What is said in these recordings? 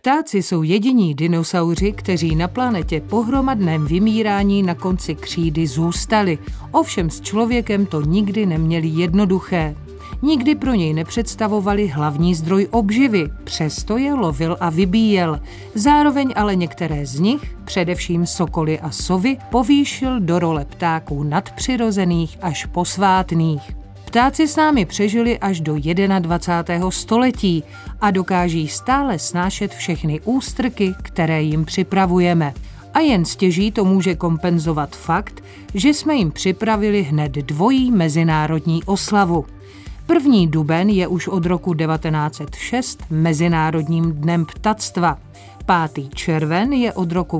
Ptáci jsou jediní dinosauři, kteří na planetě po hromadném vymírání na konci křídy zůstali. Ovšem s člověkem to nikdy neměli jednoduché. Nikdy pro něj nepředstavovali hlavní zdroj obživy, přesto je lovil a vybíjel. Zároveň ale některé z nich, především sokoly a sovy, povýšil do role ptáků nadpřirozených až posvátných. Ptáci s námi přežili až do 21. století a dokáží stále snášet všechny ústrky, které jim připravujeme. A jen stěží to může kompenzovat fakt, že jsme jim připravili hned dvojí mezinárodní oslavu. 1. duben je už od roku 1906 Mezinárodním dnem ptactva. 5. červen je od roku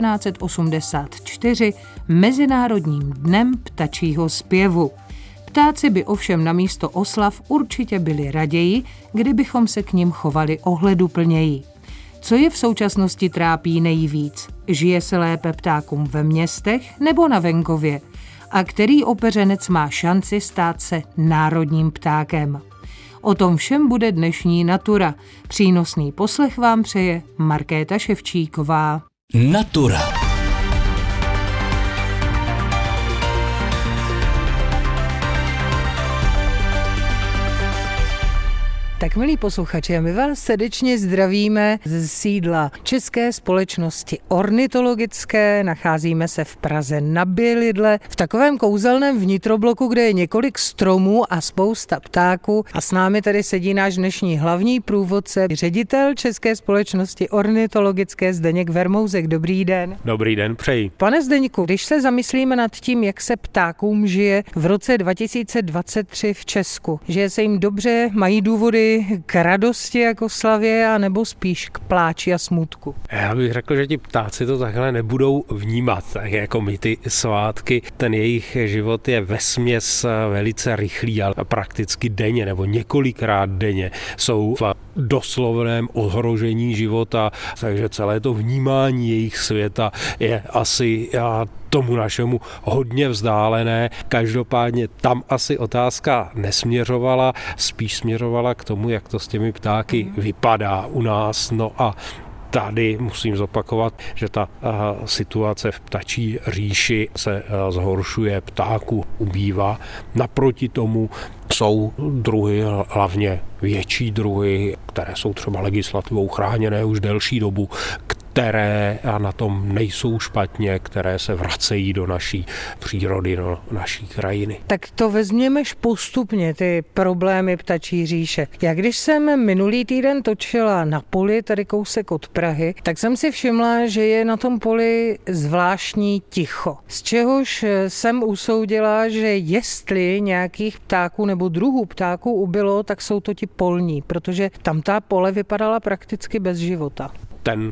1984 Mezinárodním dnem ptačího zpěvu. Ptáci by ovšem namísto oslav určitě byli raději, kdybychom se k nim chovali ohleduplněji. Co je v současnosti trápí nejvíc? Žije se lépe ptákům ve městech nebo na venkově? A který opeřenec má šanci stát se národním ptákem? O tom všem bude dnešní Natura. Přínosný poslech vám přeje Markéta Ševčíková. Natura. Tak milí posluchači, my vás srdečně zdravíme z sídla České společnosti ornitologické. Nacházíme se v Praze na Bělidle, v takovém kouzelném vnitrobloku, kde je několik stromů a spousta ptáků. A s námi tady sedí náš dnešní hlavní průvodce, ředitel České společnosti ornitologické Zdeněk Vermouzek. Dobrý den. Dobrý den, přeji. Pane Zdeňku, když se zamyslíme nad tím, jak se ptákům žije v roce 2023 v Česku, že se jim dobře, mají důvody k radosti jako slavě, anebo spíš k pláči a smutku? Já bych řekl, že ti ptáci to takhle nebudou vnímat, tak jako my ty svátky. Ten jejich život je vesměs velice rychlý a prakticky denně nebo několikrát denně jsou v doslovném ohrožení života, takže celé to vnímání jejich světa je asi tomu našemu hodně vzdálené. Každopádně tam asi otázka nesměřovala, spíš směřovala k tomu, jak to s těmi ptáky vypadá u nás. No a tady musím zopakovat, že ta situace v ptačí říši se zhoršuje, ptáků ubývá. Naproti tomu jsou druhy, hlavně větší druhy, které jsou třeba legislativou chráněné už delší dobu, které na tom nejsou špatně, které se vracejí do naší přírody, do naší krajiny. Tak to vezměme postupně, ty problémy ptačí říše. Já když jsem minulý týden točila na poli, tady kousek od Prahy, tak jsem si všimla, že je na tom poli zvláštní ticho. Z čehož jsem usoudila, že jestli nějakých ptáků nebo druhů ptáků ubylo, tak jsou to ti polní, protože tam ta pole vypadala prakticky bez života. Ten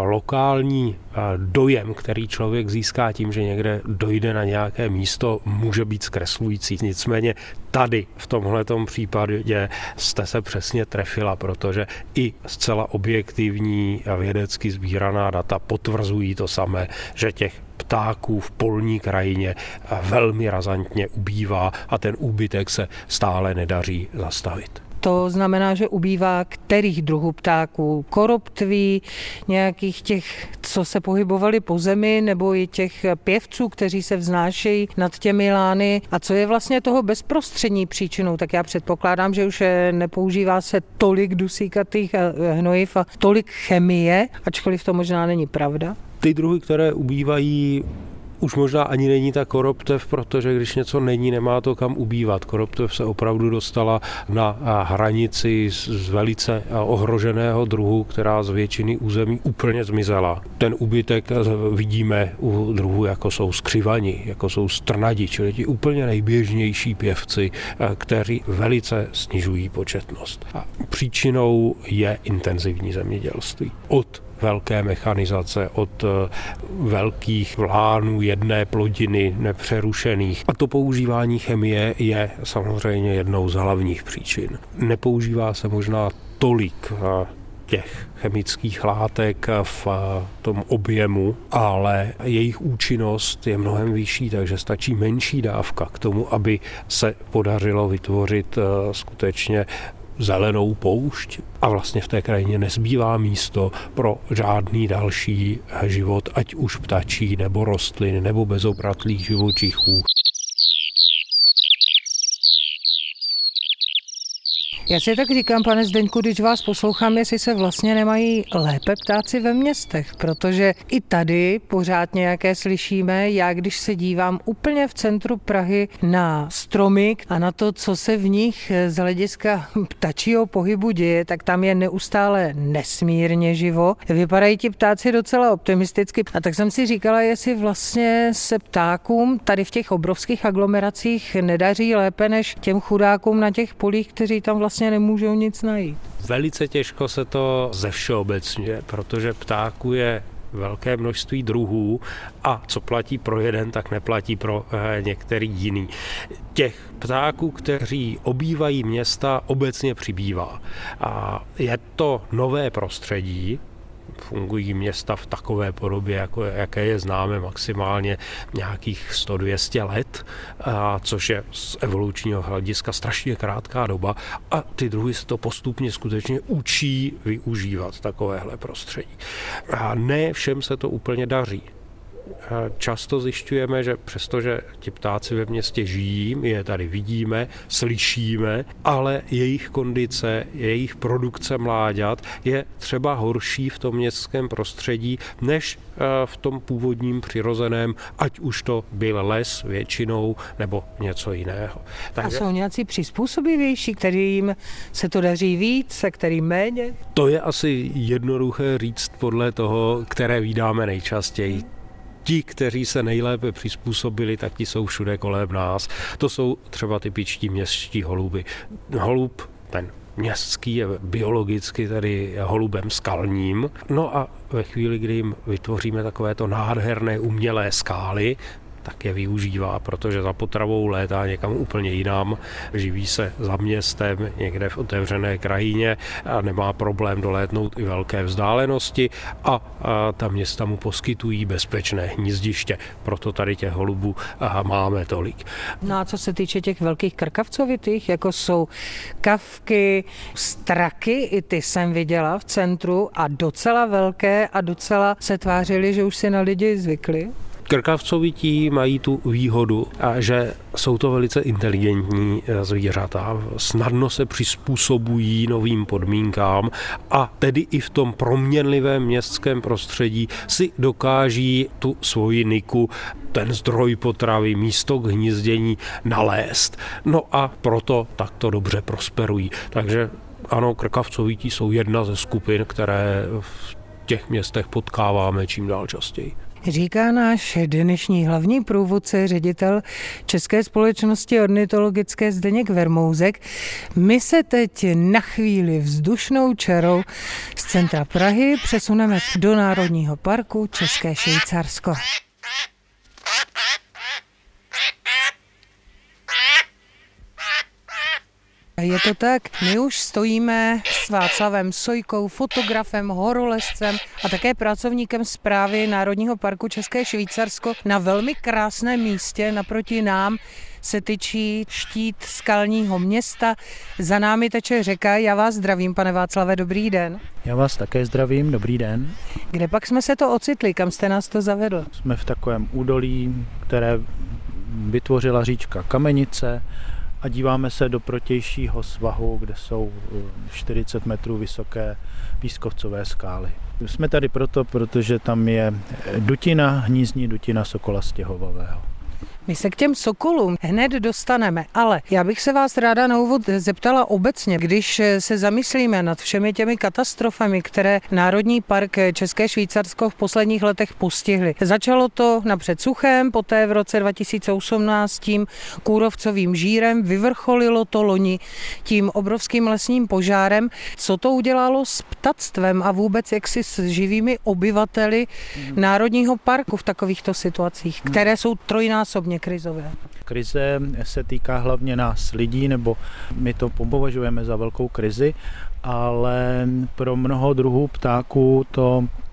lokální dojem, který člověk získá tím, že někde dojde na nějaké místo, může být zkreslující. Nicméně tady v tomhletom případě jste se přesně trefila, protože i zcela objektivní a vědecky sbíraná data potvrzují to samé, že těch ptáků v polní krajině velmi razantně ubývá a ten úbytek se stále nedaří zastavit. To znamená, že ubývá kterých druhů ptáků? Koroptví, nějakých těch, co se pohybovali po zemi, nebo i těch pěvců, kteří se vznášejí nad těmi lány. A co je vlastně toho bezprostřední příčinou? Tak já předpokládám, že už nepoužívá se tolik dusíkatých hnojiv a tolik chemie, ačkoliv to možná není pravda. Ty druhy, které ubývají, už možná ani není ta koroptev, protože když něco není, nemá to kam ubývat. Koroptev se opravdu dostala na hranici z velice ohroženého druhu, která z většiny území úplně zmizela. Ten úbytek vidíme u druhů, jako jsou skřivani, jako jsou strnadi, čili ti úplně nejběžnější pěvci, kteří velice snižují početnost. A příčinou je intenzivní zemědělství. Od velké mechanizace, od velkých lánů jedné plodiny nepřerušených. A to používání chemie je samozřejmě jednou z hlavních příčin. Nepoužívá se možná tolik těch chemických látek v tom objemu, ale jejich účinnost je mnohem vyšší, takže stačí menší dávka k tomu, aby se podařilo vytvořit skutečně zelenou poušť a vlastně v té krajině nezbývá místo pro žádný další život, ať už ptačí, nebo rostlin, nebo bezobratlých živočichů. Já si tak říkám, pane Zdeňku, když vás poslouchám, jestli se vlastně nemají lépe ptáci ve městech, protože i tady pořád nějaké slyšíme. Já když se dívám úplně v centru Prahy na stromy a na to, co se v nich z hlediska ptačího pohybu děje, tak tam je neustále nesmírně živo. Vypadají ti ptáci docela optimisticky. A tak jsem si říkala, jestli vlastně se ptákům tady v těch obrovských aglomeracích nedaří lépe než těm chudákům na těch polích, kteří tam vlastně nemůžou nic najít. Velice těžko se to zevšeobecňuje, protože ptáků je velké množství druhů a co platí pro jeden, tak neplatí pro některý jiný. Těch ptáků, kteří obývají města, obecně přibývá. A je to nové prostředí, fungují města v takové podobě, jako jaké je známe maximálně nějakých 100-200 let, což je z evolučního hlediska strašně krátká doba a ty druhy se to postupně skutečně učí využívat takovéhle prostředí. A ne všem se to úplně daří. Často zjišťujeme, že přestože ti ptáci ve městě žijí, my je tady vidíme, slyšíme, ale jejich kondice, jejich produkce mláďat je třeba horší v tom městském prostředí, než v tom původním přirozeném, ať už to byl les většinou, nebo něco jiného. Takže... A jsou nějací přizpůsobivější, kterým se to daří víc a kterým méně? To je asi jednoduché říct podle toho, které vídáme nejčastěji. Ti, kteří se nejlépe přizpůsobili, tak ti jsou všude kolem nás. To jsou třeba typičtí městští holuby. Holub, ten městský, je biologicky tedy holubem skalním. No a ve chvíli, kdy jim vytvoříme takovéto nádherné umělé skály, tak je využívá, protože za potravou létá někam úplně jinam, živí se za městem někde v otevřené krajině a nemá problém dolétnout i velké vzdálenosti a ta města mu poskytují bezpečné hnízdiště. Proto tady těch holubů máme tolik. No a co se týče těch velkých krkavcovitých, jako jsou kavky, straky, i ty jsem viděla v centru a docela velké a docela se tvářili, že už si na lidi zvykli. Krkavcovití mají tu výhodu, že jsou to velice inteligentní zvířata, snadno se přizpůsobují novým podmínkám a tedy i v tom proměnlivém městském prostředí si dokáží tu svoji niku, ten zdroj potravy, místo k hnízdění nalézt. No a proto takto dobře prosperují. Takže ano, krkavcovití jsou jedna ze skupin, které v těch městech potkáváme čím dál častěji. Říká náš dnešní hlavní průvodce, ředitel České společnosti ornitologické Zdeněk Vermouzek. My se teď na chvíli vzdušnou čarou z centra Prahy přesuneme do Národního parku České Švýcarsko. Je to tak, my už stojíme s Václavem Sojkou, fotografem, horolezcem a také pracovníkem správy Národního parku České Švýcarsko na velmi krásném místě. Naproti nám se tyčí štít skalního města, za námi teče řeka. Já vás zdravím, pane Václave, dobrý den. Já vás také zdravím, dobrý den. Kde pak jsme se to ocitli, kam jste nás to zavedl? Jsme v takovém údolí, které vytvořila říčka Kamenice, a díváme se do protějšího svahu, kde jsou 40 metrů vysoké pískovcové skály. Jsme tady proto, protože tam je dutina, hnízdní dutina sokola stěhovavého. My se k těm sokolům hned dostaneme, ale já bych se vás ráda na úvod zeptala obecně, když se zamyslíme nad všemi těmi katastrofami, které Národní park České Švýcarsko v posledních letech postihly. Začalo to napřed suchem, poté v roce 2018 tím kůrovcovým žírem, vyvrcholilo to loni tím obrovským lesním požárem. Co to udělalo s ptactvem a vůbec jaksi s živými obyvateli Národního parku v takovýchto situacích, které jsou trojnásobně krizové? Krize se týká hlavně nás lidí, nebo my to považujeme za velkou krizi, ale pro mnoho druhů ptáků to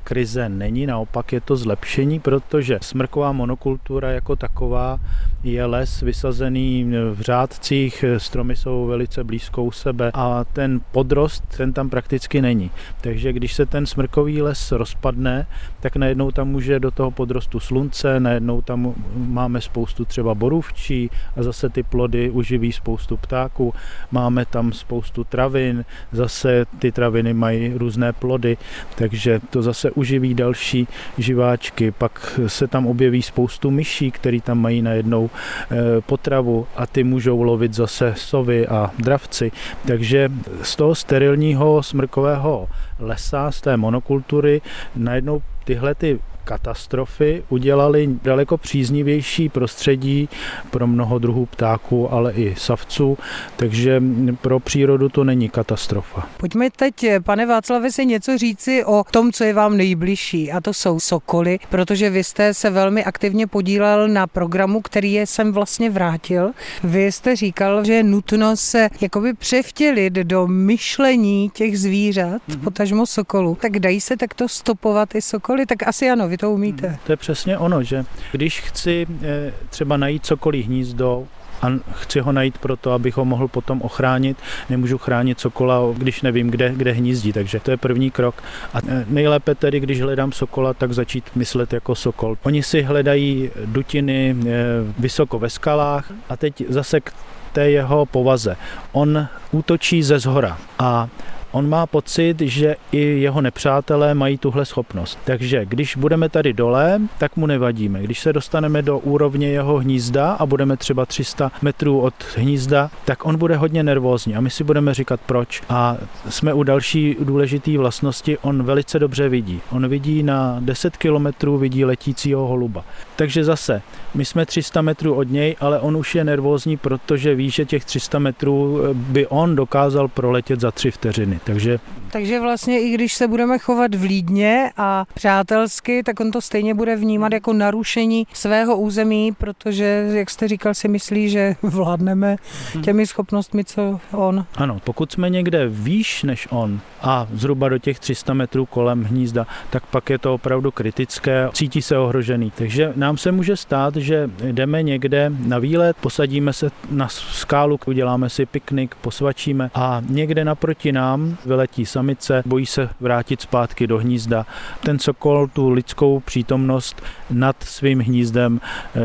krize není, naopak je to zlepšení, protože smrková monokultura jako taková je les vysazený v řádcích, stromy jsou velice blízko u sebe a ten podrost, ten tam prakticky není. Takže když se ten smrkový les rozpadne, tak najednou tam může do toho podrostu slunce, najednou tam máme spoustu třeba borůvčí a zase ty plody uživí spoustu ptáků, máme tam spoustu travin, zase ty traviny mají různé plody, takže to zase uživí další živáčky, pak se tam objeví spoustu myší, které tam mají najednou potravu a ty můžou lovit zase sovy a dravci, takže z toho sterilního smrkového lesa, z té monokultury najednou tyhle ty katastrofy udělaly daleko příznivější prostředí pro mnoho druhů ptáků, ale i savců, takže pro přírodu to není katastrofa. Pojďme teď, pane Václave, si něco říci o tom, co je vám nejbližší, a to jsou sokoly, protože vy jste se velmi aktivně podílel na programu, který je sem vlastně vrátil. Vy jste říkal, že je nutno se jakoby převtělit do myšlení těch zvířat, potažmo sokolů. Tak dají se takto stopovat i sokoly? Tak asi ano, vy to umíte. To je přesně ono, že když chci třeba najít sokolí hnízdo a chci ho najít proto, abych ho mohl potom ochránit, nemůžu chránit sokola, když nevím, kde hnízdí, takže to je první krok. A nejlépe tedy, když hledám sokola, tak začít myslet jako sokol. Oni si hledají dutiny vysoko ve skalách a teď zase k té jeho povaze. On útočí ze zhora a on má pocit, že i jeho nepřátelé mají tuhle schopnost. Takže když budeme tady dole, tak mu nevadíme. Když se dostaneme do úrovně jeho hnízda a budeme třeba 300 metrů od hnízda, tak on bude hodně nervózní a my si budeme říkat proč. A jsme u další důležité vlastnosti, on velice dobře vidí. On vidí na 10 kilometrů, vidí letícího holuba. Takže zase, my jsme 300 metrů od něj, ale on už je nervózní, protože ví, že těch 300 metrů by on dokázal proletět za 3 vteřiny. Takže vlastně i když se budeme chovat vlídně a přátelsky, tak on to stejně bude vnímat jako narušení svého území, protože, jak jste říkal, si myslí, že vládneme těmi schopnostmi, co on. Ano, pokud jsme někde výš než on a zhruba do těch 300 metrů kolem hnízda, tak pak je to opravdu kritické, cítí se ohrožený. Takže nám se může stát, že jdeme někde na výlet, posadíme se na skálu, uděláme si piknik, posvačíme a někde naproti nám vyletí samice, bojí se vrátit zpátky do hnízda. Ten sokol tu lidskou přítomnost nad svým hnízdem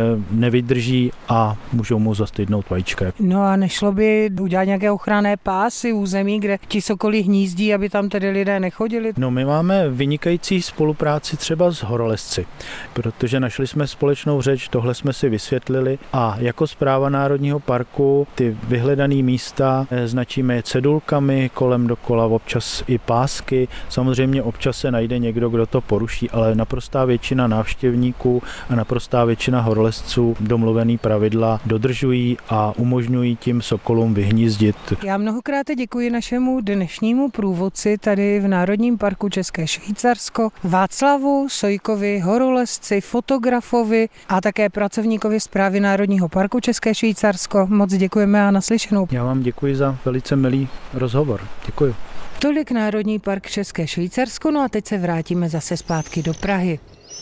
nevydrží a můžou mu zastydnout vajíčka. No a nešlo by udělat nějaké ochranné pásy území, kde ti sokoly hnízdí, aby tam tedy lidé nechodili? No my máme vynikající spolupráci třeba s horolezci, protože našli jsme společnou řeč, tohle jsme si vysvětlili a jako Správa Národního parku ty vyhledané místa značíme cedulkami kolem dokola, občas i pásky. Samozřejmě občas se najde někdo, kdo to poruší, ale naprostá většina návštěvníků a naprostá většina horolezců domluvený pravidla dodržují a umožňují tím sokolům vyhnízdit. Já mnohokrát děkuji našemu dnešnímu průvodci tady v Národním parku České Švýcarsko, Václavu Sojkovi, horolezci, fotografovi a také pracovníkovi Správy Národního parku České Švýcarsko. Moc děkujeme a naslyšenou. Já vám děkuji za velice milý rozhovor. Děkuji. Tolik Národní park České Švýcarsko, no a teď se vrátíme zase zpátky do Prahy.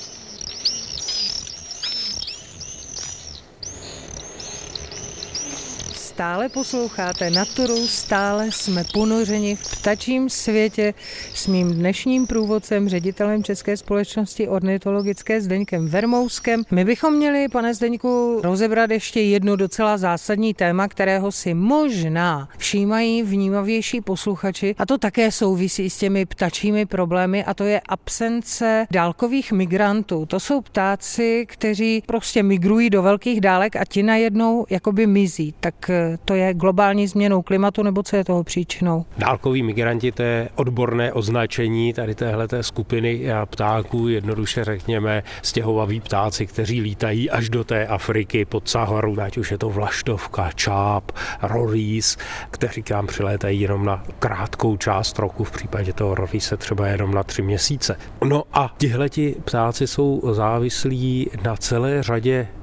Stále posloucháte Naturu, stále jsme ponořeni v ptačím světě s mým dnešním průvodcem, ředitelem České společnosti ornitologické Zdeňkem Vermouskem. My bychom měli, pane Zdeňku, rozebrat ještě jedno docela zásadní téma, kterého si možná všímají vnímavější posluchači, a to také souvisí s těmi ptačími problémy, a to je absence dálkových migrantů. To jsou ptáci, kteří prostě migrují do velkých dálek a ti najednou jakoby mizí. Tak to je globální změnou klimatu, nebo co je toho příčinou? Dálkoví migranti, to je odborné označení tady téhleté skupiny ptáků, jednoduše řekněme stěhovaví ptáci, kteří lítají až do té Afriky pod Saharu, ať už je to vlaštovka, čáp, rorýs, kteří k nám přilétají jenom na krátkou část roku, v případě toho rorýse třeba jenom na 3 měsíce. No a tihleti ptáci jsou závislí na celé řadě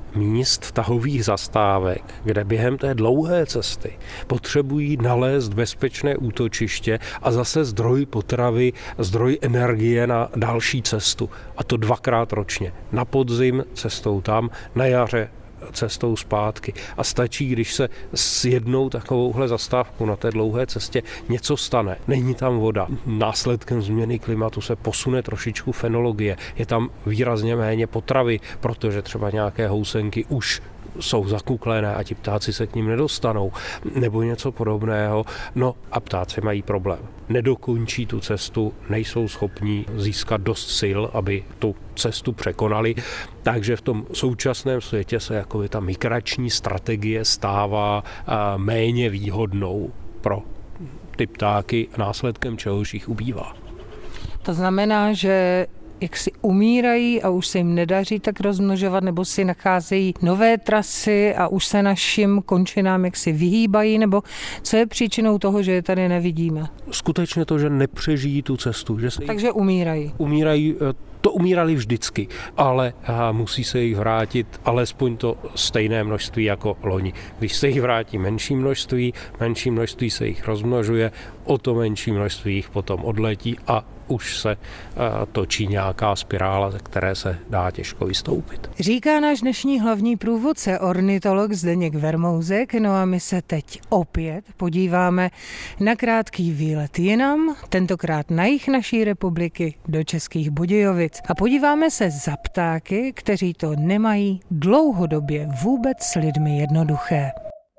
míst tahových zastávek, kde během té dlouhé cesty potřebují nalézt bezpečné útočiště a zase zdroj potravy, zdroj energie na další cestu. A to 2krát ročně. Na podzim cestou tam, na jaře cestou zpátky. A stačí, když se s jednou takovouhle zastávkou na té dlouhé cestě něco stane. Není tam voda. Následkem změny klimatu se posune trošičku fenologie. Je tam výrazně méně potravy, protože třeba nějaké housenky už jsou zakuklené a ti ptáci se k ním nedostanou, nebo něco podobného. No a ptáci mají problém. Nedokončí tu cestu, nejsou schopní získat dost sil, aby tu cestu překonali. Takže v tom současném světě se jako ta migrační strategie stává méně výhodnou pro ty ptáky, následkem čehož jich ubývá. To znamená, že jak si umírají a už se jim nedaří tak rozmnožovat, nebo si nacházejí nové trasy a už se našim končinám jaksi vyhýbají, nebo co je příčinou toho, že je tady nevidíme? Skutečně to, že nepřežijí tu cestu. Že se Takže umírají. To umírali vždycky, ale musí se jich vrátit alespoň to stejné množství jako loni. Když se jich vrátí menší množství se jich rozmnožuje, o to menší množství jich potom odletí a už se točí nějaká spirála, ze které se dá těžko vystoupit. Říká náš dnešní hlavní průvodce, ornitolog Zdeněk Vermouzek, no a my se teď opět podíváme na krátký výlet jinam, tentokrát na jih naší republiky do Českých Budějovic. A podíváme se za ptáky, kteří to nemají dlouhodobě vůbec s lidmi jednoduché.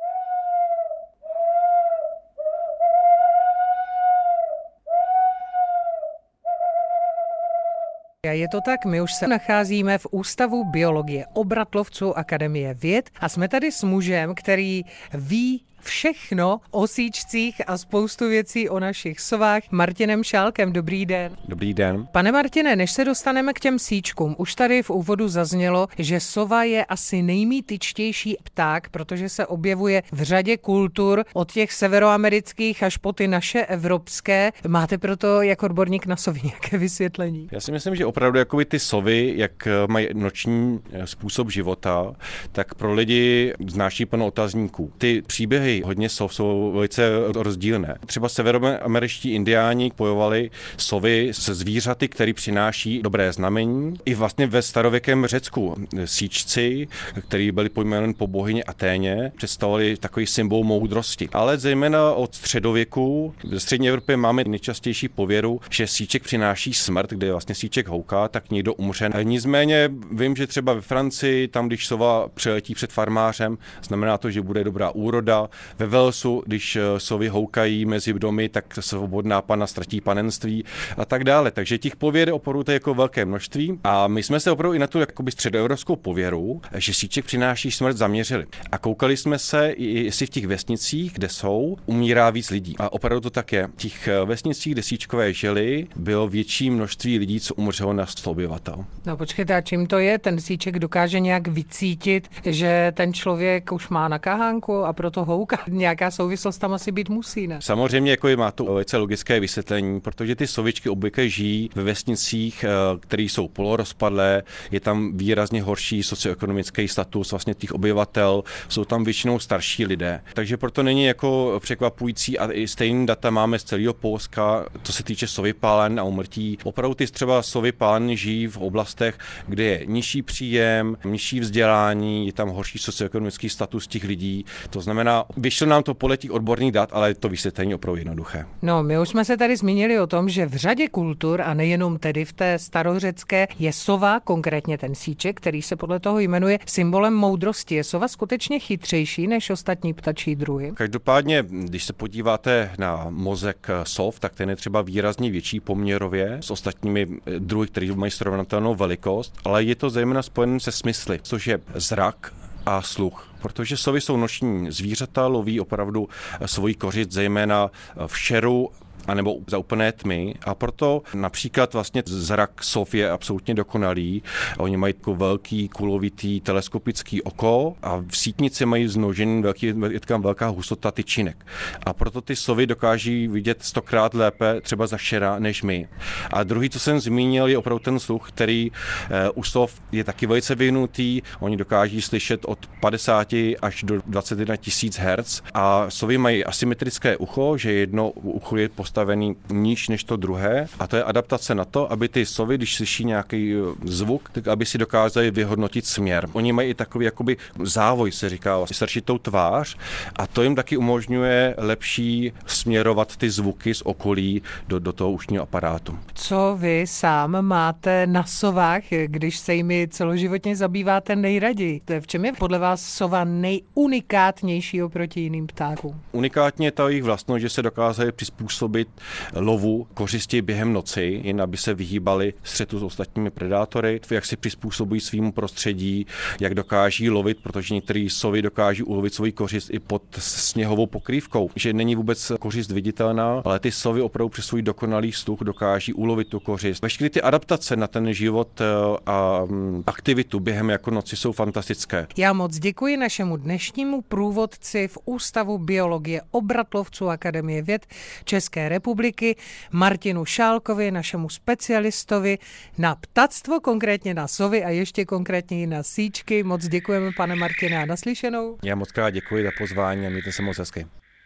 A je to tak, my už se nacházíme v Ústavu biologie obratlovců Akademie věd a jsme tady s mužem, který ví všechno o síčcích a spoustu věcí o našich sovách. Martinem Šálkem, dobrý den. Dobrý den. Pane Martine, než se dostaneme k těm síčkům, už tady v úvodu zaznělo, že sova je asi nejmýtičtější pták, protože se objevuje v řadě kultur, od těch severoamerických až po ty naše evropské. Máte proto jako odborník na sovy nějaké vysvětlení? Já si myslím, že opravdu jakoby ty sovy, jak mají noční způsob života, tak pro lidi znáší plno otazníků. Ty příběhy hodně sov jsou velice rozdílné. Třeba severoameričtí indiáni bojovali sovy se zvířaty, které přináší dobré znamení. I vlastně ve starověkém Řecku síčci, který byli pojmenováni po bohyni Aténě, představovali takový symbol moudrosti. Ale zejména od středověku v střední Evropě máme nejčastější pověru, že síček přináší smrt, kde vlastně síček houká, tak někdo umře. Nicméně vím, že třeba ve Francii, tam když sova přiletí před farmářem, znamená to, že bude dobrá úroda. Ve Walesu, když sovy houkají mezi domy, tak svobodná pana ztratí panenství a tak dále. Takže těch pověr opravdu je jako velké množství. A my jsme se opravdu i na tu jakoby středoevropskou pověru, že síček přináší smrt, zaměřili. A koukali jsme se, jestli v těch vesnicích, kde jsou, umírá víc lidí. A opravdu to tak je. V těch vesnicích, kde síčkové žili, bylo větší množství lidí, co umřelo na 100 obyvatel. No počkejte, a čím to je? Ten síček dokáže nějak vycítit, že ten člověk už má na kahánku a proto houká. Nějaká souvislost tam asi být musí, ne? Samozřejmě jako má to velice logické vysvětlení, protože ty sovičky obvykle žijí ve vesnicích, které jsou polorozpadlé, je tam výrazně horší socioekonomický status vlastně těch obyvatel, jsou tam většinou starší lidé. Takže proto není jako překvapující a i stejný data máme z celého Polska, co se týče sovy pálen a úmrtí. Opravdu ty třeba sovy pálen žijí v oblastech, kde je nižší příjem, nižší vzdělání, je tam horší socioekonomický status těch lidí. To znamená, vyšlo nám to podle těch odborných dat, ale to vysvětlení opravdu jednoduché. No, my už jsme se tady zmínili o tom, že v řadě kultur, a nejenom tedy v té starořecké, je sova, konkrétně ten síček, který se podle toho jmenuje, symbolem moudrosti. Je sova skutečně chytřejší než ostatní ptačí druhy? Každopádně, když se podíváte na mozek sov, tak ten je třeba výrazně větší poměrově s ostatními druhy, které mají srovnatelnou velikost, ale je to zejména spojené se smysly, což je zrak a sluch. Protože sovy jsou noční zvířata, loví opravdu svoji kořist zejména v šeru anebo za úplné tmy a proto například vlastně zrak sov je absolutně dokonalý. Oni mají velký kulovitý teleskopický oko a v sítnici mají zmnožený velká hustota tyčinek. A proto ty sovy dokáží vidět 100krát lépe třeba za včera než my. A druhý, co jsem zmínil, je opravdu ten sluch, který u sov je taky velice vyvinutý. Oni dokáží slyšet od 50 až do 21 000 Hz a sovy mají asymetrické ucho, že jedno ucho je postavený níž než to druhé a to je adaptace na to, aby ty sovy, když slyší nějaký zvuk, tak aby si dokázali vyhodnotit směr. Oni mají i takový jakoby závoj, se říká, srčitou tvář a to jim taky umožňuje lepší směrovat ty zvuky z okolí do toho ušního aparátu. Co vy sám máte na sovách, když se jimi celoživotně zabýváte nejraději? V čem je podle vás sova nejunikátnější oproti jiným ptákům? Unikátně je ta jejich vlastnost, že se dokázali přizpůsobit lovu kořisti během noci, jen aby se vyhýbali střetu s ostatními predátory, jak si přizpůsobují svým prostředí, jak dokáží lovit, protože některé sovy dokáží ulovit svou kořist i pod sněhovou pokrývkou, že není vůbec kořist viditelná, ale ty sovy opravdu přes svůj dokonalý sluch dokáží ulovit tu kořist. Veškeré ty adaptace na ten život a aktivitu během jako noci jsou fantastické. Já moc děkuji našemu dnešnímu průvodci v Ústavu biologie obratlovců Akademie věd České republiky Martinu Šálkovi, našemu specialistovi na ptactvo, konkrétně na sovy a ještě konkrétně na síčky. Moc děkujeme, pane Martine, a naslyšenou. Já moc krát děkuji za pozvání a mějte se moc hezky.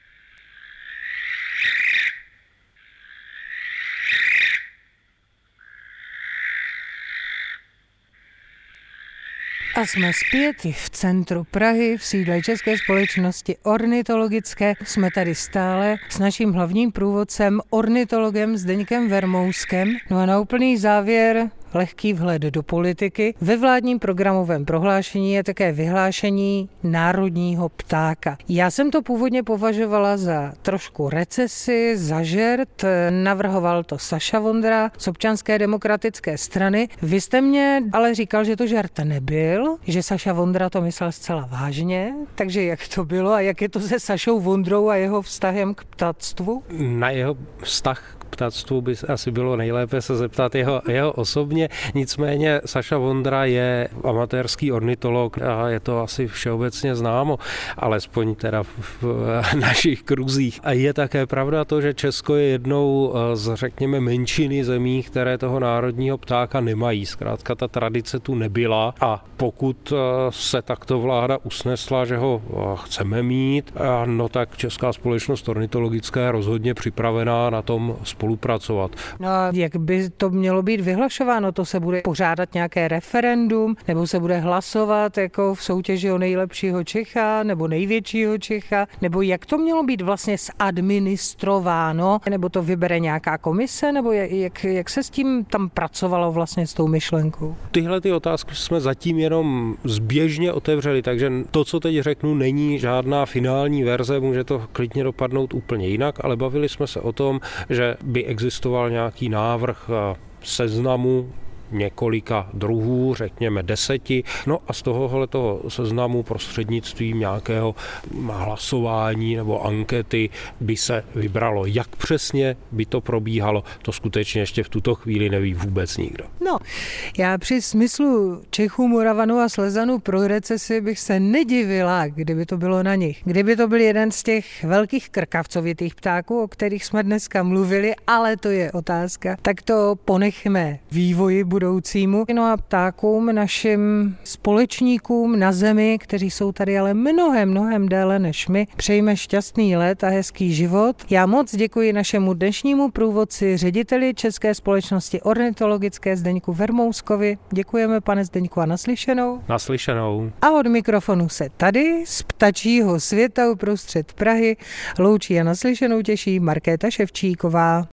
A jsme zpět v centru Prahy, v sídle České společnosti ornitologické. Jsme tady stále s naším hlavním průvodcem, ornitologem Zdeňkem Vermouskem. No a na úplný závěr lehký vhled do politiky. Ve vládním programovém prohlášení je také vyhlášení národního ptáka. Já jsem to původně považovala za trošku recesi, za žert. Navrhoval to Saša Vondra z Občanské demokratické strany. Vy jste mě ale říkal, že to žert nebyl, že Saša Vondra to myslel zcela vážně. Takže jak to bylo a jak je to se Sašou Vondrou a jeho vztahem k ptactvu? Na jeho vztah k ptactvu by asi bylo nejlépe se zeptat jeho osobně. Nicméně Saša Vondra je amatérský ornitolog a je to asi všeobecně známo, alespoň teda v našich kruzích. A je také pravda to, že Česko je jednou z, řekněme, menšiny zemí, které toho národního ptáka nemají. Zkrátka ta tradice tu nebyla a pokud se takto vláda usnesla, že ho chceme mít, no tak Česká společnost ornitologická je rozhodně připravená na tom spolupracovat. No a jak by to mělo být vyhlašováno? To se bude pořádat nějaké referendum, nebo se bude hlasovat jako v soutěži o nejlepšího Čecha, nebo největšího Čecha, nebo jak to mělo být vlastně zadministrováno, nebo to vybere nějaká komise, nebo jak se s tím tam pracovalo vlastně s tou myšlenkou? Tyhle ty otázky jsme zatím jenom zběžně otevřeli, takže to, co teď řeknu, není žádná finální verze, může to klidně dopadnout úplně jinak, ale bavili jsme se o tom, že by existoval nějaký návrh seznamu několika druhů, řekněme 10. No a z tohoto seznamu prostřednictvím nějakého hlasování nebo ankety by se vybralo. Jak přesně by to probíhalo, to skutečně ještě v tuto chvíli neví vůbec nikdo. No, já při smyslu Čechů, Moravanů a Slezanů pro recesi bych se nedivila, kdyby to bylo na nich. Kdyby to byl jeden z těch velkých krkavcovitých ptáků, o kterých jsme dneska mluvili, ale to je otázka, tak to ponechme vývoji budoucímu. No a ptákům, našim společníkům na zemi, kteří jsou tady ale mnohem déle než my, přejme šťastný let a hezký život. Já moc děkuji našemu dnešnímu průvodci, řediteli České společnosti ornitologické Zdeňku Vermouskovi. Děkujeme, pane Zdeňku, a naslyšenou. Naslyšenou. A od mikrofonu se tady z ptačího světa uprostřed Prahy loučí a naslyšenou těší Markéta Ševčíková.